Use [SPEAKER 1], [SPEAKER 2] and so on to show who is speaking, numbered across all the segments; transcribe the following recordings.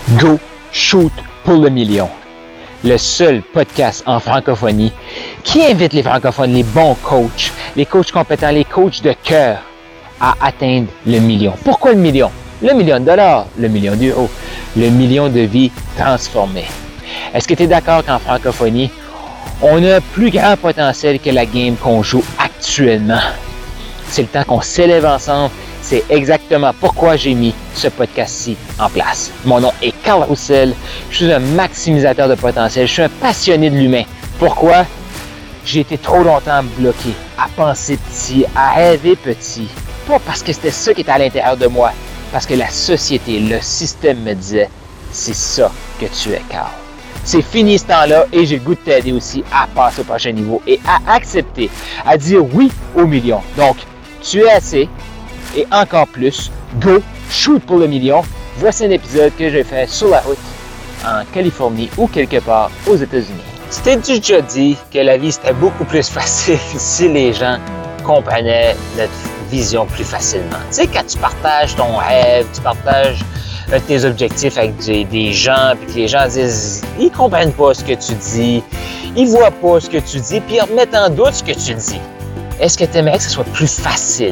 [SPEAKER 1] Go Shoot pour le million. Le seul podcast en francophonie qui invite les francophones, les bons coachs, les coachs compétents, les coachs de cœur à atteindre le million. Pourquoi le million? Le million de dollars, le million d'euros, le million de vies transformées. Est-ce que tu es d'accord qu'en francophonie, on a un plus grand potentiel que la game qu'on joue actuellement? C'est le temps qu'on s'élève ensemble. C'est exactement pourquoi j'ai mis ce podcast-ci en place. Mon nom est Carl Roussel. Je suis un maximisateur de potentiel. Je suis un passionné de l'humain. Pourquoi? J'ai été trop longtemps bloqué à penser petit, à rêver petit. Pas parce que c'était ça qui était à l'intérieur de moi. Parce que la société, le système me disait, c'est ça que tu es, Carl. C'est fini ce temps-là et j'ai le goût de t'aider aussi à passer au prochain niveau et à accepter, à dire oui au million. Donc, tu es assez. Et encore plus, go, shoot pour le million. Voici un épisode que j'ai fait sur la route en Californie ou quelque part aux États-Unis. Tu t'es déjà dit que la vie c'était beaucoup plus facile si les gens comprenaient notre vision plus facilement. Tu sais, quand tu partages ton rêve, tu partages tes objectifs avec des gens, puis que les gens disent, ils comprennent pas ce que tu dis, ils voient pas ce que tu dis, puis ils remettent en doute ce que tu dis. Est-ce que tu aimerais que ce soit plus facile?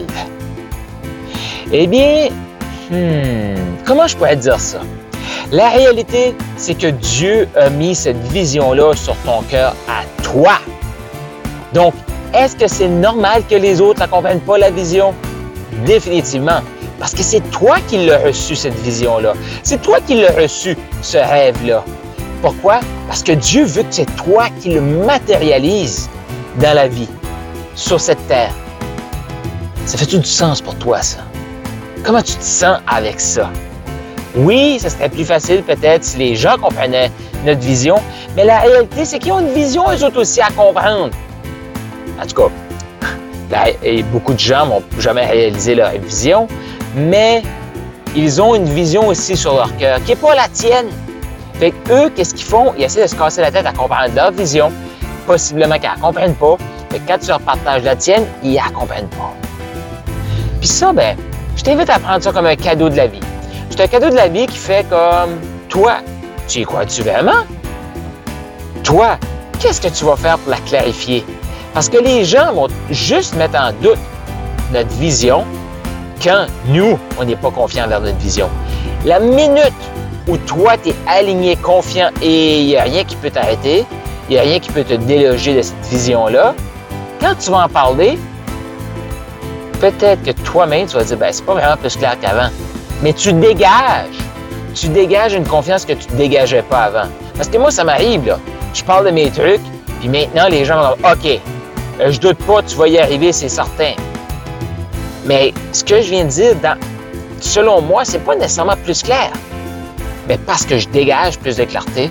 [SPEAKER 1] Eh bien, comment je pourrais dire ça? La réalité, c'est que Dieu a mis cette vision-là sur ton cœur à toi. Donc, est-ce que c'est normal que les autres ne comprennent pas la vision? Définitivement. Parce que c'est toi qui l'as reçu, cette vision-là. C'est toi qui l'as reçu, ce rêve-là. Pourquoi? Parce que Dieu veut que c'est toi qui le matérialises dans la vie, sur cette terre. Ça fait-tu du sens pour toi, ça? Comment tu te sens avec ça? Oui, ça serait plus facile peut-être si les gens comprenaient notre vision, mais la réalité, c'est qu'ils ont une vision, eux autres aussi, à comprendre. En tout cas, beaucoup de gens n'ont jamais réalisé leur vision, mais ils ont une vision aussi sur leur cœur, qui n'est pas la tienne. Fait qu'eux, qu'est-ce qu'ils font? Ils essaient de se casser la tête à comprendre leur vision, possiblement qu'ils ne la comprennent pas. Fait que quand tu leur partages la tienne, ils ne la comprennent pas. Puis ça, je t'invite à prendre ça comme un cadeau de la vie. C'est un cadeau de la vie qui fait comme toi. Tu y crois-tu vraiment? Toi, qu'est-ce que tu vas faire pour la clarifier? Parce que les gens vont juste mettre en doute notre vision quand nous, on n'est pas confiants envers notre vision. La minute où toi, tu es aligné, confiant et il n'y a rien qui peut t'arrêter, il n'y a rien qui peut te déloger de cette vision-là, quand tu vas en parler, peut-être que toi-même, tu vas dire, c'est pas vraiment plus clair qu'avant. Mais tu dégages une confiance que tu ne dégageais pas avant. Parce que moi, ça m'arrive, là. Je parle de mes trucs, puis maintenant, les gens vont dire, OK, je doute pas, tu vas y arriver, c'est certain. Mais ce que je viens de dire, selon moi, c'est pas nécessairement plus clair. Mais parce que je dégage plus de clarté,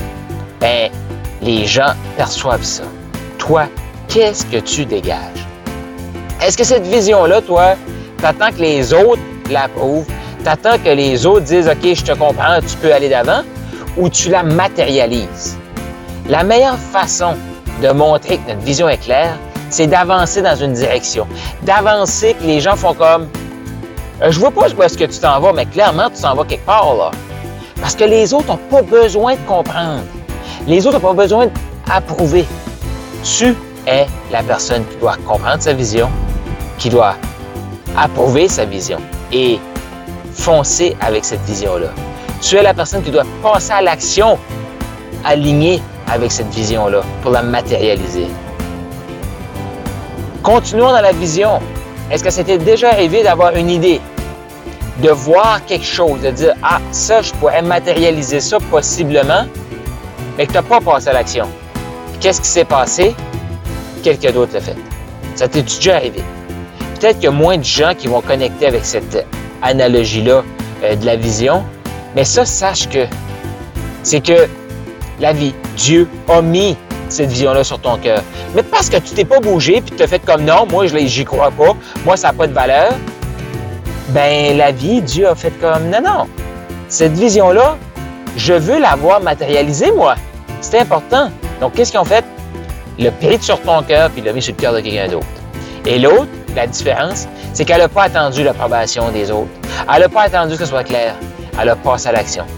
[SPEAKER 1] les gens perçoivent ça. Toi, qu'est-ce que tu dégages? Est-ce que cette vision-là, toi, t'attends que les autres l'approuvent, t'attends que les autres disent « OK, je te comprends, tu peux aller d'avant » ou tu la matérialises? La meilleure façon de montrer que notre vision est claire, c'est d'avancer dans une direction. D'avancer que les gens font comme « Je vois pas où est-ce que tu t'en vas, mais clairement, tu t'en vas quelque part, là. » Parce que les autres n'ont pas besoin de comprendre. Les autres n'ont pas besoin d'approuver. Tu es la personne qui doit comprendre sa vision, qui doit approuver sa vision et foncer avec cette vision-là. Tu es la personne qui doit passer à l'action alignée avec cette vision-là pour la matérialiser. Continuons dans la vision. Est-ce que ça t'est déjà arrivé d'avoir une idée, de voir quelque chose, de dire « Ah, ça, je pourrais matérialiser ça possiblement », mais que tu n'as pas passé à l'action? Qu'est-ce qui s'est passé? Quelqu'un d'autre l'a fait. Ça t'est déjà arrivé. Peut-être qu'il y a moins de gens qui vont connecter avec cette analogie-là de la vision, mais ça, sache que c'est que la vie, Dieu a mis cette vision-là sur ton cœur. Mais parce que tu t'es pas bougé puis tu t'as fait comme non, moi, j'y crois pas, moi, ça n'a pas de valeur, la vie, Dieu a fait comme non. Cette vision-là, je veux la voir matérialisée, moi. C'est important. Donc, qu'est-ce qu'ils ont fait? Il l'a pris sur ton cœur puis il l'a mis sur le cœur de quelqu'un d'autre. Et l'autre, la différence, c'est qu'elle n'a pas attendu l'approbation des autres. Elle n'a pas attendu que ce soit clair. Elle a passé à l'action.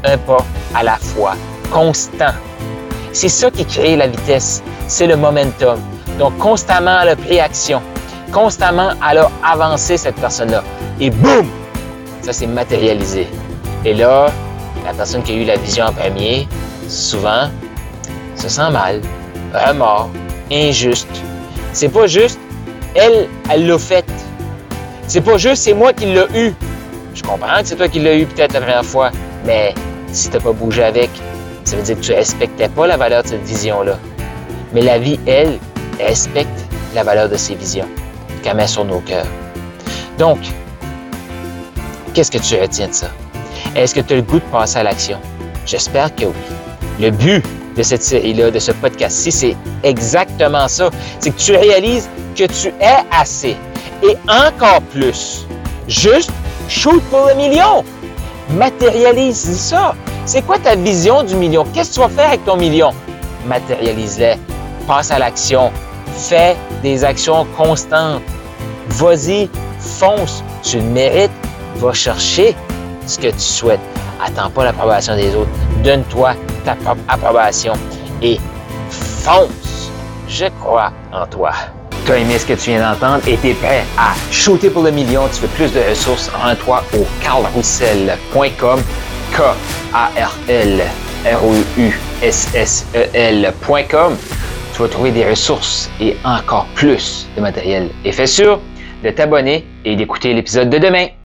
[SPEAKER 1] un pas à la fois, constant. C'est ça qui crée la vitesse, c'est le momentum. Donc, constamment, elle a pris action. Constamment, elle a avancé, cette personne-là. Et boum! Ça s'est matérialisé. Et là, la personne qui a eu la vision en premier, souvent, se sent mal, remords, injuste. C'est pas juste, elle l'a fait. C'est pas juste, c'est moi qui l'ai eu. Je comprends que c'est toi qui l'as eu peut-être la première fois, mais si t'as pas bougé avec, ça veut dire que tu respectais pas la valeur de cette vision-là. Mais la vie, elle respecte la valeur de ses visions qu'elle met sur nos cœurs. Donc, qu'est-ce que tu retiens de ça? Est-ce que tu as le goût de passer à l'action? J'espère que oui. Le but de cette série-là, de ce podcast-ci, c'est exactement ça. C'est que tu réalises que tu es assez et encore plus. Juste shoot pour le million. Matérialise ça. C'est quoi ta vision du million? Qu'est-ce que tu vas faire avec ton million? Matérialise-les. Passe à l'action. Fais des actions constantes. Vas-y, fonce. Tu le mérites. Va chercher ce que tu souhaites. Attends pas l'approbation des autres. Donne-toi ta propre approbation et fonce. Je crois en toi. Tu as aimé ce que tu viens d'entendre et tu es prêt à shooter pour le million. Tu veux plus de ressources, rends-toi au carlroussel.com, KARLROUSSEL.com. Tu vas trouver des ressources et encore plus de matériel. Et fais sûr de t'abonner et d'écouter l'épisode de demain.